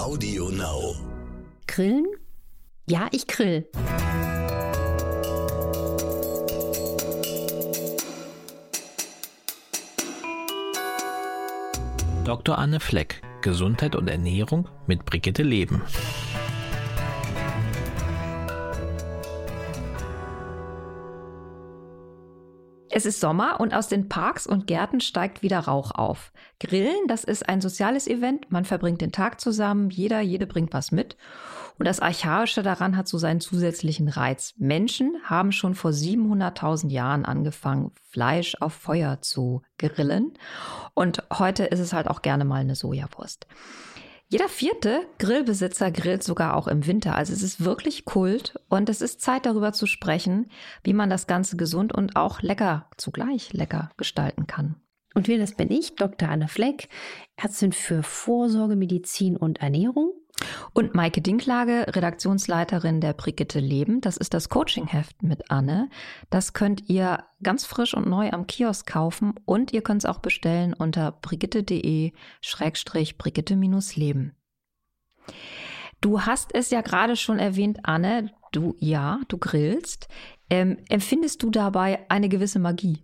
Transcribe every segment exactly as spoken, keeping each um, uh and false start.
Audio Now. Grillen? Ja, ich grill. Doktor Anne Fleck, Gesundheit und Ernährung mit Brigitte Leben. Es ist Sommer und aus den Parks und Gärten steigt wieder Rauch auf. Grillen, das ist ein soziales Event. Man verbringt den Tag zusammen, jeder, jede bringt was mit. Und das Archaische daran hat so seinen zusätzlichen Reiz. Menschen haben schon vor siebenhunderttausend Jahren angefangen, Fleisch auf Feuer zu grillen. Und heute ist es halt auch gerne mal eine Sojawurst. Jeder vierte Grillbesitzer grillt sogar auch im Winter. Also es ist wirklich Kult und es ist Zeit, darüber zu sprechen, wie man das Ganze gesund und auch lecker, zugleich lecker gestalten kann. Und wer das bin ich, Doktor Anne Fleck, Ärztin für Vorsorge, Medizin und Ernährung. Und Maike Dinklage, Redaktionsleiterin der Brigitte Leben. Das ist das Coaching-Heft mit Anne. Das könnt ihr ganz frisch und neu am Kiosk kaufen und ihr könnt es auch bestellen unter brigitte.de Schrägstrich Brigitte-Leben. Du hast es ja gerade schon erwähnt, Anne. Du, ja, du grillst. Ähm, empfindest du dabei eine gewisse Magie?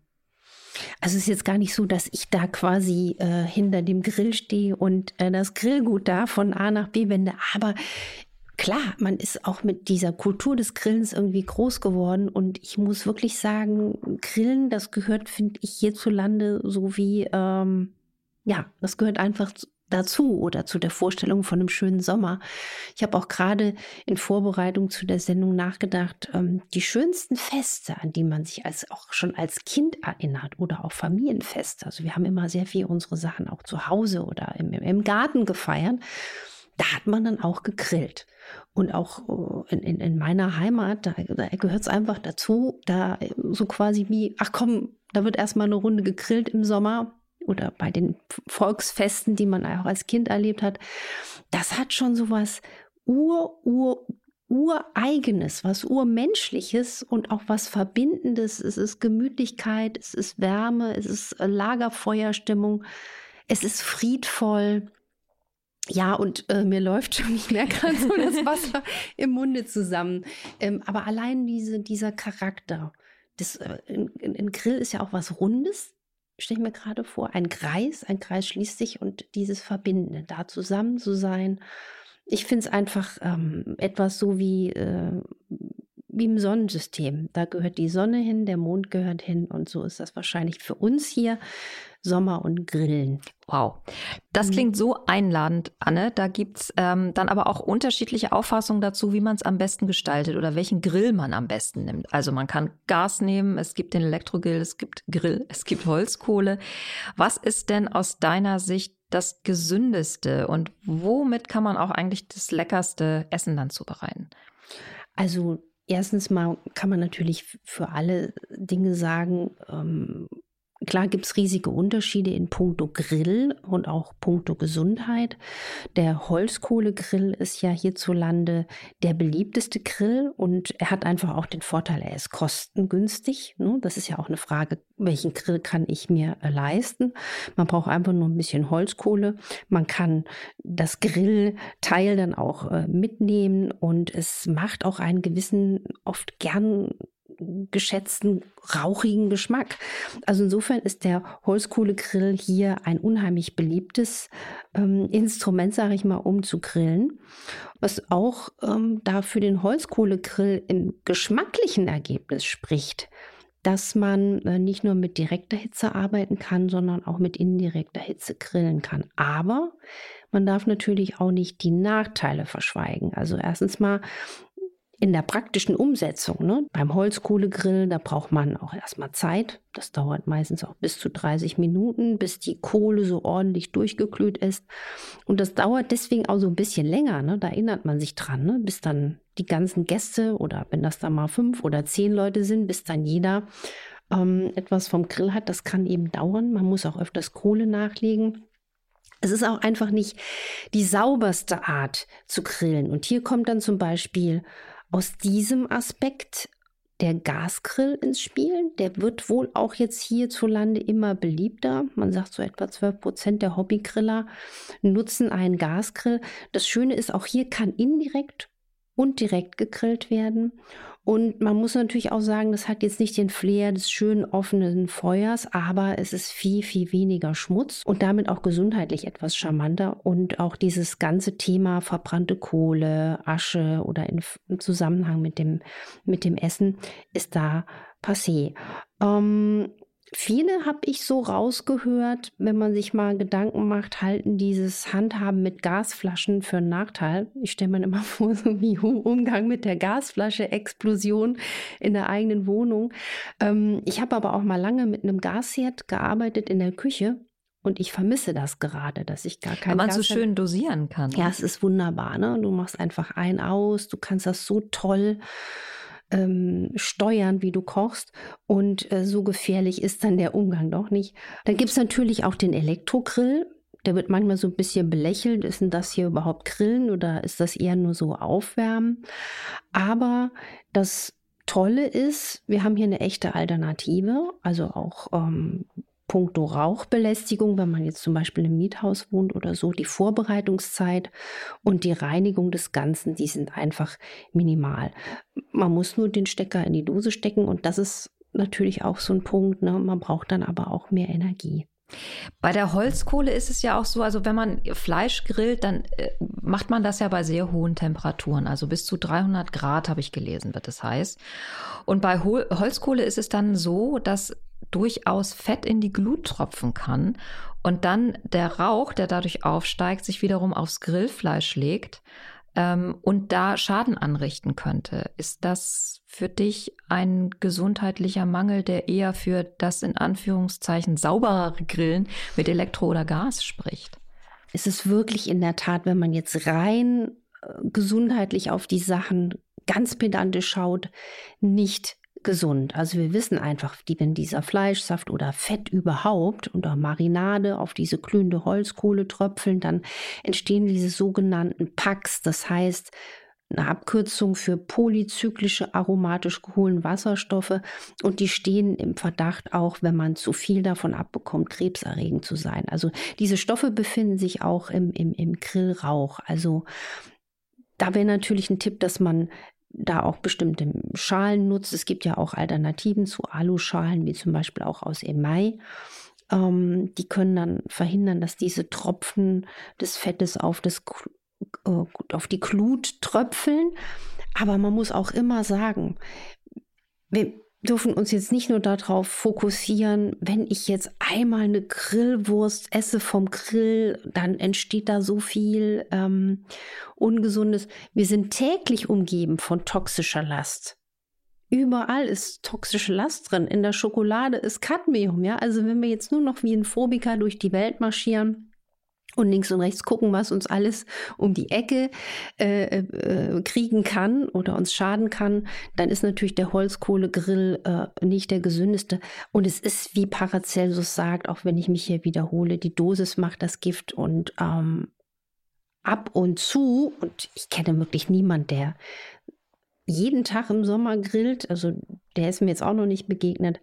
Also es ist jetzt gar nicht so, dass ich da quasi äh, hinter dem Grill stehe und äh, das Grillgut da von A nach B wende. Aber klar, man ist auch mit dieser Kultur des Grillens irgendwie groß geworden. Und ich muss wirklich sagen, Grillen, das gehört, finde ich, hierzulande so wie, ähm, ja, das gehört einfach zu, dazu oder zu der Vorstellung von einem schönen Sommer. Ich habe auch gerade in Vorbereitung zu der Sendung nachgedacht, ähm, die schönsten Feste, an die man sich als auch schon als Kind erinnert oder auch Familienfeste. Also wir haben immer sehr viel unsere Sachen auch zu Hause oder im, im Garten gefeiert. Da hat man dann auch gegrillt. Und auch in, in, in meiner Heimat, da, da gehört es einfach dazu, da so quasi wie, ach komm, da wird erstmal eine Runde gegrillt im Sommer. Oder bei den Volksfesten, die man auch als Kind erlebt hat, das hat schon so was ur, ur, ureigenes, was urmenschliches und auch was Verbindendes. Es ist Gemütlichkeit, es ist Wärme, es ist Lagerfeuerstimmung, es ist friedvoll. Ja, und äh, mir läuft schon nicht mehr gerade so das Wasser im Munde zusammen. Ähm, aber allein diese, dieser Charakter, das, äh, ein, ein Grill ist ja auch was Rundes. Stelle ich mir gerade vor, ein Kreis, ein Kreis schließt sich und dieses Verbindende, da zusammen zu sein. Ich finde es einfach ähm, etwas so wie, äh, wie im Sonnensystem. Da gehört die Sonne hin, der Mond gehört hin und so ist das wahrscheinlich für uns hier Sommer und Grillen. Wow, das klingt so einladend, Anne. Da gibt's ähm, dann aber auch unterschiedliche Auffassungen dazu, wie man es am besten gestaltet oder welchen Grill man am besten nimmt. Also man kann Gas nehmen, es gibt den Elektrogrill, es gibt Grill, es gibt Holzkohle. Was ist denn aus deiner Sicht das Gesündeste und womit kann man auch eigentlich das leckerste Essen dann zubereiten? Also erstens mal kann man natürlich für alle Dinge sagen, ähm, klar gibt es riesige Unterschiede in puncto Grill und auch puncto Gesundheit. Der Holzkohlegrill ist ja hierzulande der beliebteste Grill und er hat einfach auch den Vorteil, er ist kostengünstig. Ne? Das ist ja auch eine Frage, welchen Grill kann ich mir äh, leisten? Man braucht einfach nur ein bisschen Holzkohle. Man kann das Grillteil dann auch äh, mitnehmen und es macht auch einen gewissen, oft gern geschätzten, rauchigen Geschmack. Also insofern ist der Holzkohlegrill hier ein unheimlich beliebtes ähm, Instrument, sage ich mal, um zu grillen. Was auch ähm, da für den Holzkohlegrill im geschmacklichen Ergebnis spricht, dass man äh, nicht nur mit direkter Hitze arbeiten kann, sondern auch mit indirekter Hitze grillen kann. Aber man darf natürlich auch nicht die Nachteile verschweigen. Also erstens mal in der praktischen Umsetzung, ne? Beim Holzkohlegrill, da braucht man auch erstmal Zeit. Das dauert meistens auch bis zu dreißig Minuten, bis die Kohle so ordentlich durchgeglüht ist. Und das dauert deswegen auch so ein bisschen länger, ne? Da erinnert man sich dran, ne? Bis dann die ganzen Gäste oder wenn das dann mal fünf oder zehn Leute sind, bis dann jeder ähm, etwas vom Grill hat. Das kann eben dauern. Man muss auch öfters Kohle nachlegen. Es ist auch einfach nicht die sauberste Art zu grillen. Und hier kommt dann zum Beispiel aus diesem Aspekt der Gasgrill ins Spiel. Der wird wohl auch jetzt hierzulande immer beliebter. Man sagt, so etwa zwölf Prozent der Hobbygriller nutzen einen Gasgrill. Das Schöne ist, auch hier kann indirekt und direkt gegrillt werden. Und man muss natürlich auch sagen, das hat jetzt nicht den Flair des schönen offenen Feuers, aber es ist viel, viel weniger Schmutz und damit auch gesundheitlich etwas charmanter. Und auch dieses ganze Thema verbrannte Kohle, Asche oder in, im Zusammenhang mit dem, mit dem Essen ist da passé. Ähm, Viele habe ich so rausgehört, wenn man sich mal Gedanken macht, halten dieses Handhaben mit Gasflaschen für einen Nachteil. Ich stelle mir immer vor, so wie Umgang mit der Gasflasche, Explosion in der eigenen Wohnung. Ähm, ich habe aber auch mal lange mit einem Gasherd gearbeitet in der Küche und ich vermisse das gerade, dass ich gar kein Weil man Gas so schön dosieren kann. Ja, es ist wunderbar, ne? Du machst einfach ein aus, du kannst das so toll Ähm, steuern, wie du kochst, und äh, so gefährlich ist dann der Umgang doch nicht. Dann gibt es natürlich auch den Elektrogrill. Der wird manchmal so ein bisschen belächelt. Ist denn das hier überhaupt Grillen oder ist das eher nur so Aufwärmen? Aber das Tolle ist, wir haben hier eine echte Alternative, also auch ähm, puncto Rauchbelästigung, wenn man jetzt zum Beispiel im Miethaus wohnt oder so, die Vorbereitungszeit und die Reinigung des Ganzen, die sind einfach minimal. Man muss nur den Stecker in die Dose stecken und das ist natürlich auch so ein Punkt, ne? Man braucht dann aber auch mehr Energie. Bei der Holzkohle ist es ja auch so, also wenn man Fleisch grillt, dann äh, macht man das ja bei sehr hohen Temperaturen, also bis zu dreihundert Grad, habe ich gelesen, wird es heiß. Und bei Hol- Holzkohle ist es dann so, dass durchaus Fett in die Glut tropfen kann und dann der Rauch, der dadurch aufsteigt, sich wiederum aufs Grillfleisch legt ähm, und da Schaden anrichten könnte. Ist das für dich ein gesundheitlicher Mangel, der eher für das in Anführungszeichen sauberere Grillen mit Elektro oder Gas spricht? Es ist wirklich in der Tat, wenn man jetzt rein äh, gesundheitlich auf die Sachen ganz pedantisch schaut, nicht gesund. Also wir wissen einfach, die, wenn dieser Fleischsaft oder Fett überhaupt oder Marinade auf diese glühende Holzkohle tröpfeln, dann entstehen diese sogenannten P A Cs. Das heißt, eine Abkürzung für polyzyklische aromatisch Kohlenwasserstoffe, und die stehen im Verdacht auch, wenn man zu viel davon abbekommt, krebserregend zu sein. Also diese Stoffe befinden sich auch im, im, im Grillrauch. Also da wäre natürlich ein Tipp, dass man da auch bestimmte Schalen nutzt. Es gibt ja auch Alternativen zu Aluschalen, wie zum Beispiel auch aus Emai. Ähm, die können dann verhindern, dass diese Tropfen des Fettes auf, das, äh, auf die Glut tröpfeln. Aber man muss auch immer sagen, wir dürfen uns jetzt nicht nur darauf fokussieren, wenn ich jetzt einmal eine Grillwurst esse vom Grill, dann entsteht da so viel ähm, Ungesundes. Wir sind täglich umgeben von toxischer Last. Überall ist toxische Last drin. In der Schokolade ist Cadmium. Ja? Also wenn wir jetzt nur noch wie ein Phobiker durch die Welt marschieren und links und rechts gucken, was uns alles um die Ecke äh, äh, kriegen kann oder uns schaden kann, dann ist natürlich der Holzkohlegrill äh, nicht der gesündeste. Und es ist, wie Paracelsus sagt, auch wenn ich mich hier wiederhole, die Dosis macht das Gift. Und ähm, ab und zu, und ich kenne wirklich niemanden, der jeden Tag im Sommer grillt, also der ist mir jetzt auch noch nicht begegnet.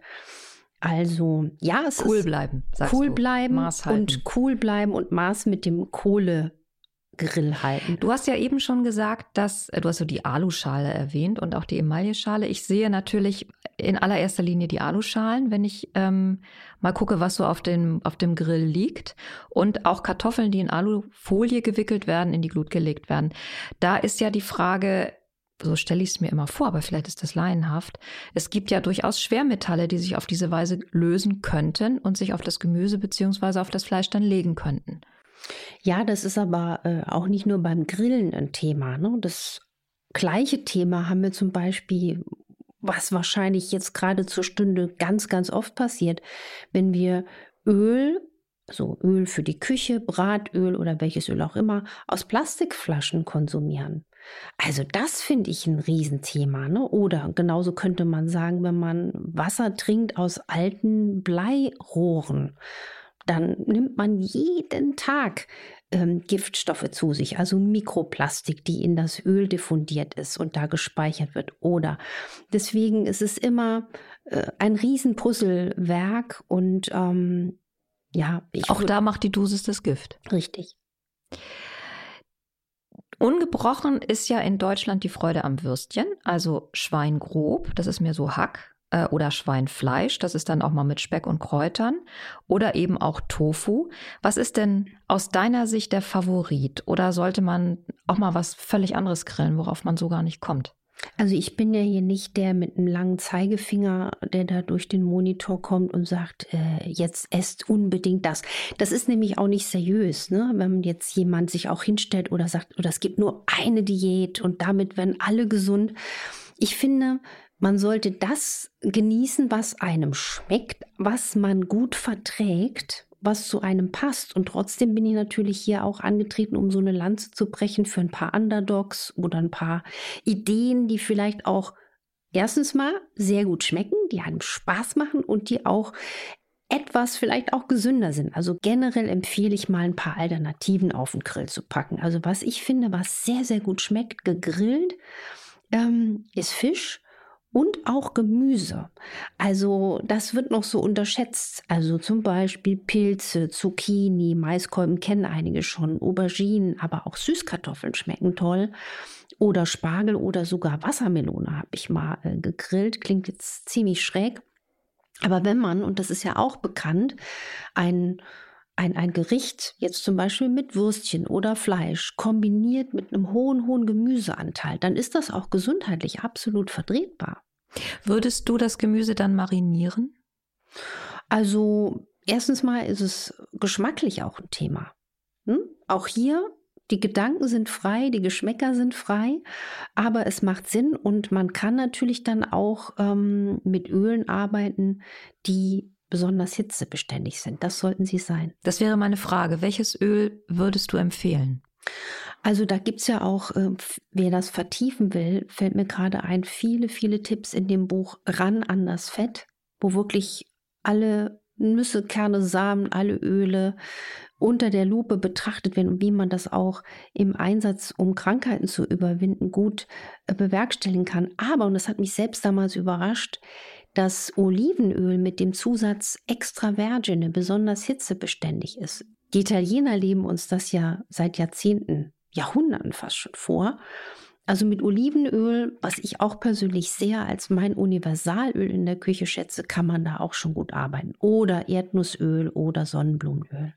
Also, ja, es cool ist bleiben, sagst cool du. bleiben Maß halten. und cool bleiben und Maß mit dem Kohlegrill halten. Du hast ja eben schon gesagt, dass du hast so die Aluschale erwähnt und auch die Emailleschale. Ich sehe natürlich in allererster Linie die Aluschalen, wenn ich ähm, mal gucke, was so auf dem auf dem Grill liegt, und auch Kartoffeln, die in Alufolie gewickelt werden, in die Glut gelegt werden. Da ist ja die Frage, so stelle ich es mir immer vor, aber vielleicht ist das laienhaft. Es gibt ja durchaus Schwermetalle, die sich auf diese Weise lösen könnten und sich auf das Gemüse beziehungsweise auf das Fleisch dann legen könnten. Ja, das ist aber äh, auch nicht nur beim Grillen ein Thema. Ne? Das gleiche Thema haben wir zum Beispiel, was wahrscheinlich jetzt gerade zur Stunde ganz, ganz oft passiert, wenn wir Öl, also Öl für die Küche, Bratöl oder welches Öl auch immer, aus Plastikflaschen konsumieren. Also das finde ich ein Riesenthema, ne? Oder genauso könnte man sagen, wenn man Wasser trinkt aus alten Bleirohren, dann nimmt man jeden Tag ähm, Giftstoffe zu sich, also Mikroplastik, die in das Öl diffundiert ist und da gespeichert wird. Oder deswegen ist es immer äh, ein Riesenpuzzlewerk und ähm, ja. Ich Auch da macht die Dosis das Gift. Richtig. Ungebrochen ist ja in Deutschland die Freude am Würstchen, also Schweingrob, das ist mehr so Hack, äh, oder Schweinfleisch, das ist dann auch mal mit Speck und Kräutern, oder eben auch Tofu. Was ist denn aus deiner Sicht der Favorit? Oder sollte man auch mal was völlig anderes grillen, worauf man so gar nicht kommt? Also ich bin ja hier nicht der mit einem langen Zeigefinger, der da durch den Monitor kommt und sagt, äh, jetzt esst unbedingt das. Das ist nämlich auch nicht seriös, ne? Wenn jetzt jemand sich auch hinstellt oder sagt, oder es gibt nur eine Diät und damit werden alle gesund. Ich finde, man sollte das genießen, was einem schmeckt, was man gut verträgt, was zu einem passt. Und trotzdem bin ich natürlich hier auch angetreten, um so eine Lanze zu brechen für ein paar Underdogs oder ein paar Ideen, die vielleicht auch erstens mal sehr gut schmecken, die einem Spaß machen und die auch etwas vielleicht auch gesünder sind. Also generell empfehle ich mal ein paar Alternativen auf den Grill zu packen. Also was ich finde, was sehr, sehr gut schmeckt, gegrillt, ähm, ist Fisch. Und auch Gemüse. Also das wird noch so unterschätzt. Also zum Beispiel Pilze, Zucchini, Maiskolben kennen einige schon, Auberginen, aber auch Süßkartoffeln schmecken toll. Oder Spargel oder sogar Wassermelone habe ich mal äh, gegrillt. Klingt jetzt ziemlich schräg. Aber wenn man, und das ist ja auch bekannt, ein Ein, ein Gericht, jetzt zum Beispiel mit Würstchen oder Fleisch, kombiniert mit einem hohen, hohen Gemüseanteil, dann ist das auch gesundheitlich absolut vertretbar. Würdest du das Gemüse dann marinieren? Also erstens mal ist es geschmacklich auch ein Thema. Hm? Auch hier, die Gedanken sind frei, die Geschmäcker sind frei, aber es macht Sinn und man kann natürlich dann auch ähm, mit Ölen arbeiten, die besonders hitzebeständig sind. Das sollten sie sein. Das wäre meine Frage. Welches Öl würdest du empfehlen? Also da gibt es ja auch, äh, wer das vertiefen will, fällt mir gerade ein, viele, viele Tipps in dem Buch Ran an das Fett, wo wirklich alle Nüsse, Kerne, Samen, alle Öle unter der Lupe betrachtet werden und wie man das auch im Einsatz, um Krankheiten zu überwinden, gut äh, bewerkstelligen kann. Aber, und das hat mich selbst damals überrascht, dass Olivenöl mit dem Zusatz Extra Vergine besonders hitzebeständig ist. Die Italiener leben uns das ja seit Jahrzehnten, Jahrhunderten fast schon vor. Also mit Olivenöl, was ich auch persönlich sehr als mein Universalöl in der Küche schätze, kann man da auch schon gut arbeiten. Oder Erdnussöl oder Sonnenblumenöl.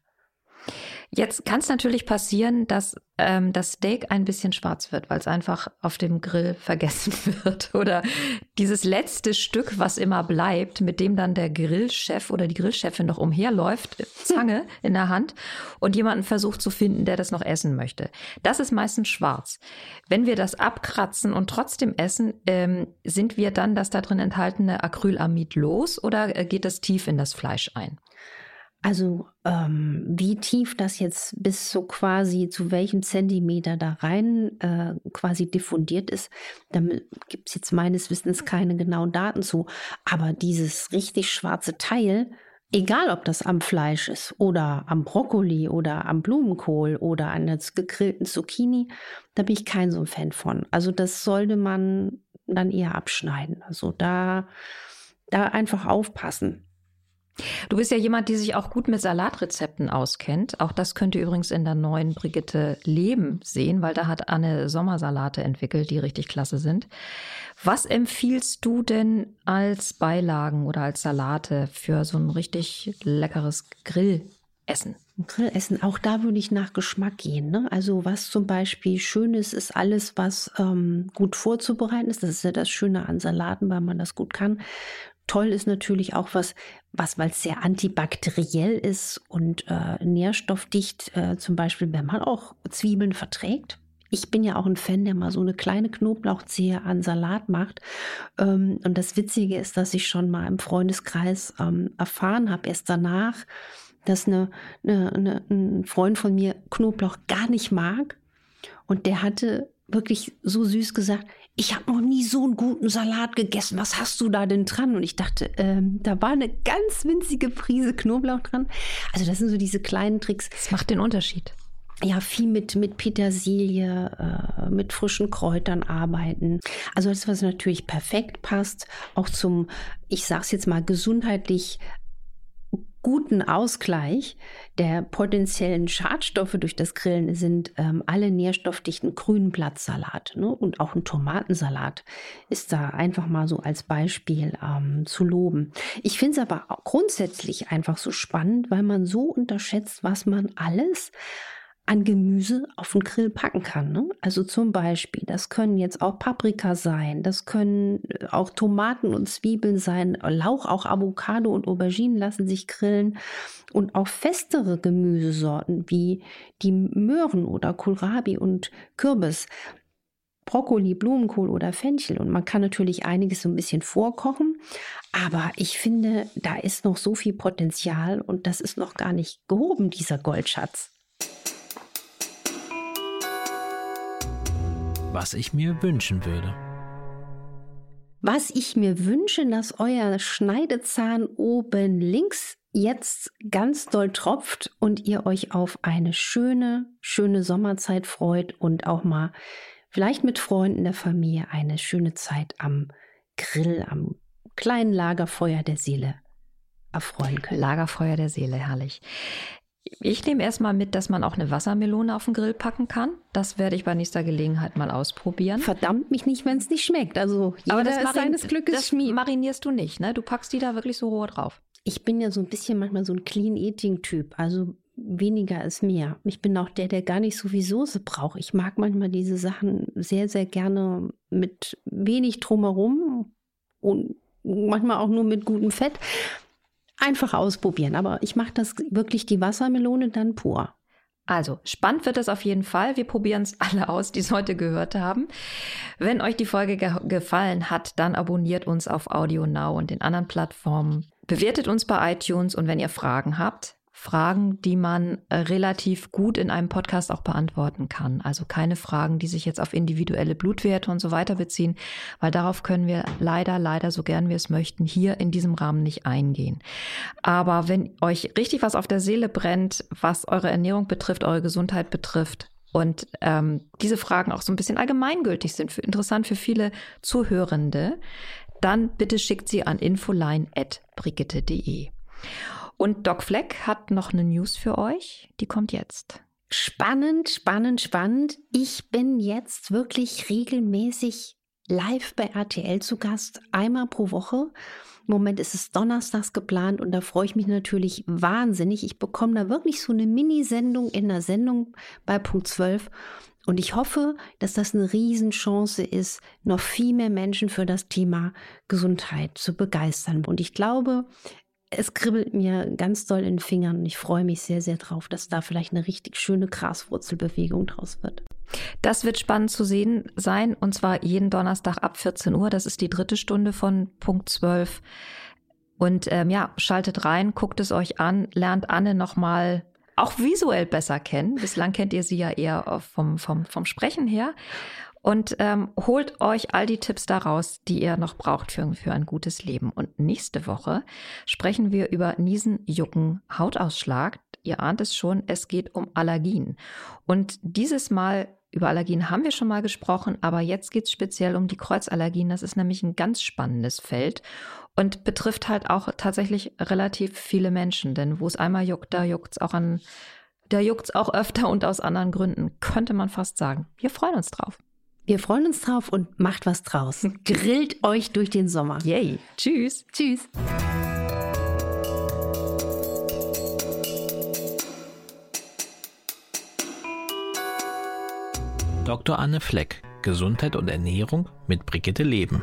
Jetzt kann es natürlich passieren, dass ähm, das Steak ein bisschen schwarz wird, weil es einfach auf dem Grill vergessen wird. Oder dieses letzte Stück, was immer bleibt, mit dem dann der Grillchef oder die Grillchefin noch umherläuft, Zange in der Hand, und jemanden versucht zu finden, der das noch essen möchte. Das ist meistens schwarz. Wenn wir das abkratzen und trotzdem essen, ähm, sind wir dann das da drin enthaltene Acrylamid los oder äh, geht das tief in das Fleisch ein? Also ähm, wie tief das jetzt bis so quasi zu welchem Zentimeter da rein äh, quasi diffundiert ist, da gibt es jetzt meines Wissens keine genauen Daten zu. Aber dieses richtig schwarze Teil, egal ob das am Fleisch ist oder am Brokkoli oder am Blumenkohl oder an der gegrillten Zucchini, da bin ich kein so ein Fan von. Also das sollte man dann eher abschneiden. Also da, da einfach aufpassen. Du bist ja jemand, die sich auch gut mit Salatrezepten auskennt. Auch das könnt ihr übrigens in der neuen Brigitte Leben sehen, weil da hat Anne Sommersalate entwickelt, die richtig klasse sind. Was empfiehlst du denn als Beilagen oder als Salate für so ein richtig leckeres Grillessen? Grillessen, auch da würde ich nach Geschmack gehen. Ne? Also was zum Beispiel schön ist, ist alles, was ähm, gut vorzubereiten ist. Das ist ja das Schöne an Salaten, weil man das gut kann. Toll ist natürlich auch was, was weil es sehr antibakteriell ist und äh, nährstoffdicht, äh, zum Beispiel, wenn man auch Zwiebeln verträgt. Ich bin ja auch ein Fan, der mal so eine kleine Knoblauchzehe an Salat macht. Ähm, und das Witzige ist, dass ich schon mal im Freundeskreis ähm, erfahren habe, erst danach, dass eine, eine, eine, ein Freund von mir Knoblauch gar nicht mag. Und der hatte wirklich so süß gesagt, ich habe noch nie so einen guten Salat gegessen. Was hast du da denn dran? Und ich dachte, ähm, da war eine ganz winzige Prise Knoblauch dran. Also das sind so diese kleinen Tricks. Das macht den Unterschied. ja, viel mit, mit Petersilie, äh, mit frischen Kräutern arbeiten. Also das, was natürlich perfekt passt, auch zum, ich sag's jetzt mal, gesundheitlich guten Ausgleich der potenziellen Schadstoffe durch das Grillen sind ähm, alle nährstoffdichten grünen Blattsalat, ne? Und auch ein Tomatensalat ist da einfach mal so als Beispiel ähm, zu loben. Ich finde es aber auch grundsätzlich einfach so spannend, weil man so unterschätzt, was man alles an Gemüse auf den Grill packen kann. Ne? Also zum Beispiel, das können jetzt auch Paprika sein, das können auch Tomaten und Zwiebeln sein, Lauch, auch Avocado und Auberginen lassen sich grillen und auch festere Gemüsesorten wie die Möhren oder Kohlrabi und Kürbis, Brokkoli, Blumenkohl oder Fenchel. Und man kann natürlich einiges so ein bisschen vorkochen, aber ich finde, da ist noch so viel Potenzial und das ist noch gar nicht gehoben, dieser Goldschatz. Was ich mir wünschen würde. Was ich mir wünsche, dass euer Schneidezahn oben links jetzt ganz doll tropft und ihr euch auf eine schöne, schöne Sommerzeit freut und auch mal vielleicht mit Freunden der Familie eine schöne Zeit am Grill, am kleinen Lagerfeuer der Seele erfreuen könnt. Lagerfeuer der Seele, herrlich. Ich nehme erstmal mit, dass man auch eine Wassermelone auf den Grill packen kann. Das werde ich bei nächster Gelegenheit mal ausprobieren. Verdammt mich nicht, wenn es nicht schmeckt. Also jeder Aber das ist Marin- seines Glückes das Schmied. marinierst du nicht, ne? Du packst die da wirklich so roh drauf. Ich bin ja so ein bisschen manchmal so ein Clean-Eating-Typ. Also weniger ist mehr. Ich bin auch der, der gar nicht so viel Soße braucht. Ich mag manchmal diese Sachen sehr, sehr gerne mit wenig drumherum und manchmal auch nur mit gutem Fett. Einfach ausprobieren, aber ich mache das wirklich die Wassermelone dann pur. Also, spannend wird es auf jeden Fall. Wir probieren es alle aus, die es heute gehört haben. Wenn euch die Folge ge- gefallen hat, dann abonniert uns auf Audio Now und den anderen Plattformen. Bewertet uns bei iTunes und wenn ihr Fragen habt, Fragen, die man relativ gut in einem Podcast auch beantworten kann. Also keine Fragen, die sich jetzt auf individuelle Blutwerte und so weiter beziehen, weil darauf können wir leider, leider, so gern wir es möchten, hier in diesem Rahmen nicht eingehen. Aber wenn euch richtig was auf der Seele brennt, was eure Ernährung betrifft, eure Gesundheit betrifft und ähm, diese Fragen auch so ein bisschen allgemeingültig sind, für, interessant für viele Zuhörende, dann bitte schickt sie an infoline at brigitte punkt de. Und Doc Fleck hat noch eine News für euch, die kommt jetzt. Spannend, spannend, spannend. Ich bin jetzt wirklich regelmäßig live bei R T L zu Gast, einmal pro Woche. Im Moment ist es donnerstags geplant und da freue ich mich natürlich wahnsinnig. Ich bekomme da wirklich so eine Mini-Sendung in der Sendung bei Punkt zwölf. Und ich hoffe, dass das eine Riesenchance ist, noch viel mehr Menschen für das Thema Gesundheit zu begeistern. Und ich glaube, es kribbelt mir ganz doll in den Fingern und ich freue mich sehr, sehr drauf, dass da vielleicht eine richtig schöne Graswurzelbewegung draus wird. Das wird spannend zu sehen sein und zwar jeden Donnerstag ab vierzehn Uhr. Das ist die dritte Stunde von Punkt zwölf. Und ähm, ja, schaltet rein, guckt es euch an, lernt Anne nochmal auch visuell besser kennen. Bislang kennt ihr sie ja eher vom, vom, vom Sprechen her. Und ähm, holt euch all die Tipps daraus, die ihr noch braucht für, für ein gutes Leben. Und nächste Woche sprechen wir über Niesen, Jucken, Hautausschlag. Ihr ahnt es schon, es geht um Allergien. Und dieses Mal über Allergien haben wir schon mal gesprochen, aber jetzt geht es speziell um die Kreuzallergien. Das ist nämlich ein ganz spannendes Feld und betrifft halt auch tatsächlich relativ viele Menschen. Denn wo es einmal juckt, da juckt es auch an, da juckt es auch öfter und aus anderen Gründen, könnte man fast sagen. Wir freuen uns drauf. Wir freuen uns drauf und macht was draus. Grillt euch durch den Sommer. Yay. Tschüss. Tschüss. Doktor Anne Fleck, Gesundheit und Ernährung mit Brigitte Leben.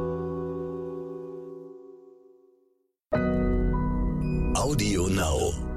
Audio Now.